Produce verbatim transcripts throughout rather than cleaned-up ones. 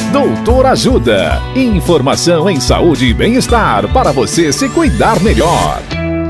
Doutor Ajuda. Informação em saúde e bem-estar para você se cuidar melhor.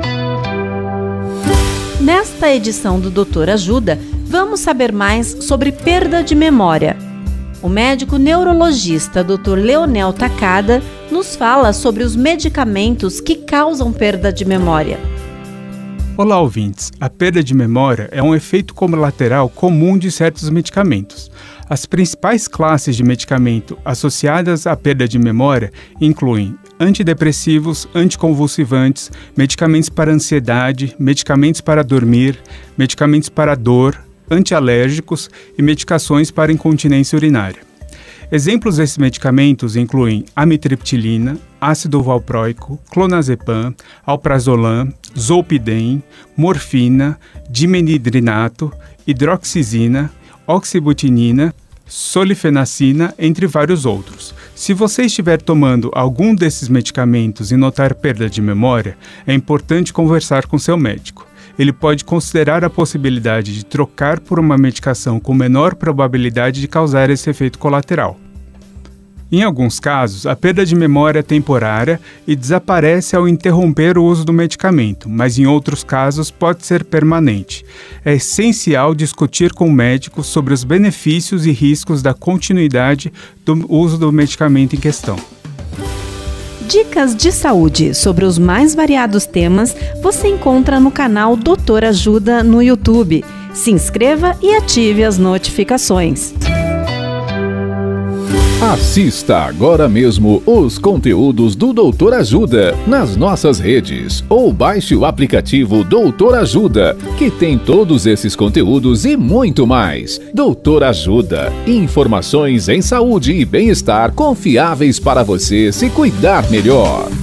Nesta edição do Doutor Ajuda, vamos saber mais sobre perda de memória. O médico neurologista doutor Leonel Takada nos fala sobre os medicamentos que causam perda de memória. Olá, ouvintes! A perda de memória é um efeito colateral comum de certos medicamentos. As principais classes de medicamento associadas à perda de memória incluem antidepressivos, anticonvulsivantes, medicamentos para ansiedade, medicamentos para dormir, medicamentos para dor, antialérgicos e medicações para incontinência urinária. Exemplos desses medicamentos incluem amitriptilina, ácido valproico, clonazepam, alprazolam, zolpidem, morfina, dimenhidrinato, hidroxizina, oxibutinina, solifenacina, entre vários outros. Se você estiver tomando algum desses medicamentos e notar perda de memória, é importante conversar com seu médico. Ele pode considerar a possibilidade de trocar por uma medicação com menor probabilidade de causar esse efeito colateral. Em alguns casos, a perda de memória é temporária e desaparece ao interromper o uso do medicamento, mas em outros casos pode ser permanente. É essencial discutir com o médico sobre os benefícios e riscos da continuidade do uso do medicamento em questão. Dicas de saúde sobre os mais variados temas você encontra no canal Doutor Ajuda no YouTube. Se inscreva e ative as notificações. Assista agora mesmo os conteúdos do Doutor Ajuda nas nossas redes ou baixe o aplicativo Doutor Ajuda, que tem todos esses conteúdos e muito mais. Doutor Ajuda, informações em saúde e bem-estar confiáveis para você se cuidar melhor.